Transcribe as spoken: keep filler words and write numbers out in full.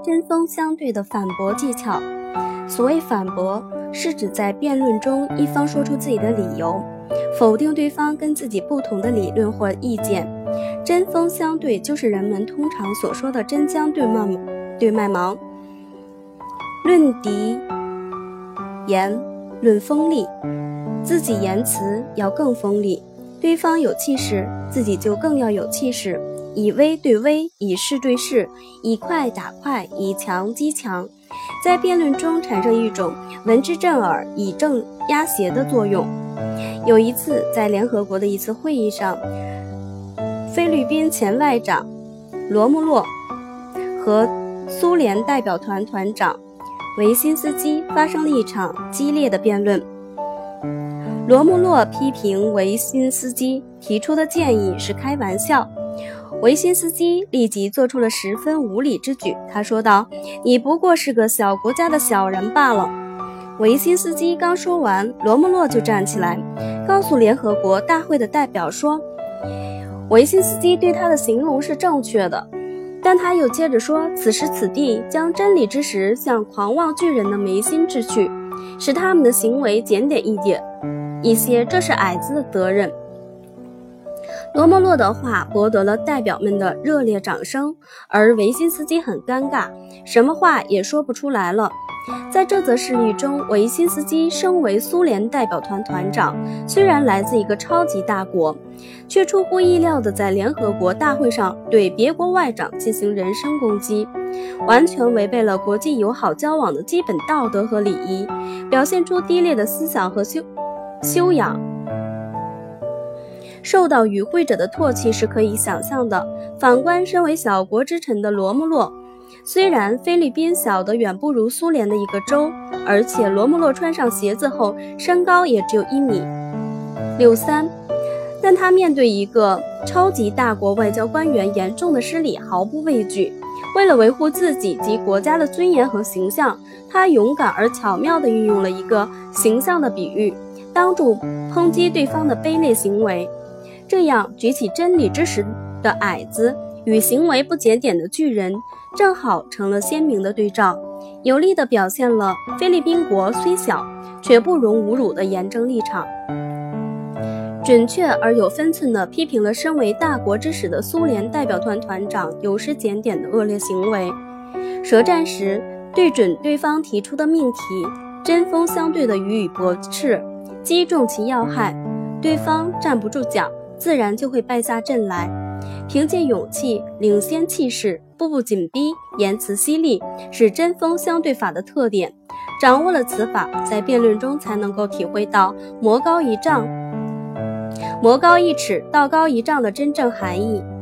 针锋相对的反驳技巧。所谓反驳，是指在辩论中一方说出自己的理由，否定对方跟自己不同的理论或意见。针锋相对就是人们通常所说的针锋对麦对麦芒。论敌言论锋利，自己言辞要更锋利，对方有气势，自己就更要有气势，以威对威，以势对势，以快打快，以强击强，在辩论中产生一种闻之震耳，以正压邪的作用。有一次在联合国的一次会议上，菲律宾前外长罗穆洛和苏联代表团团长维辛斯基发生了一场激烈的辩论。罗穆洛批评维辛斯基提出的建议是开玩笑，维辛斯基立即做出了十分无理之举，他说道：你不过是个小国家的小人罢了。维辛斯基刚说完，罗穆洛就站起来告诉联合国大会的代表说，维辛斯基对他的形容是正确的，但他又接着说，此时此地将真理之石向狂妄巨人的眉心掷去，使他们的行为检点一点一些，这是矮子的责任。罗穆洛的话博得了代表们的热烈掌声，而维辛斯基很尴尬，什么话也说不出来了。在这则事例中，维辛斯基身为苏联代表团团长，虽然来自一个超级大国，却出乎意料地在联合国大会上对别国外长进行人身攻击，完全违背了国际友好交往的基本道德和礼仪，表现出低劣的思想和修修养，受到与会者的唾弃是可以想象的。反观身为小国之臣的罗穆洛，虽然菲律宾小得远不如苏联的一个州，而且罗穆洛穿上鞋子后身高也只有一米六三，但他面对一个超级大国外交官员严重的失礼毫不畏惧。为了维护自己及国家的尊严和形象，他勇敢而巧妙地运用了一个形象的比喻，当众抨击对方的卑劣行为，这样举起真理之石的矮子与行为不检点的巨人正好成了鲜明的对照，有力地表现了菲律宾国虽小却不容侮辱的严正立场，准确而有分寸地批评了身为大国之使的苏联代表团团长有失检点的恶劣行为。舌战时对准对方提出的命题，针锋相对地予以驳斥，击中其要害，对方站不住脚，自然就会败下阵来。凭借勇气、领先气势、步步紧逼、言辞犀利，是针锋相对法的特点。掌握了此法，在辩论中才能够体会到魔高一丈、魔高一尺、道高一丈的真正含义。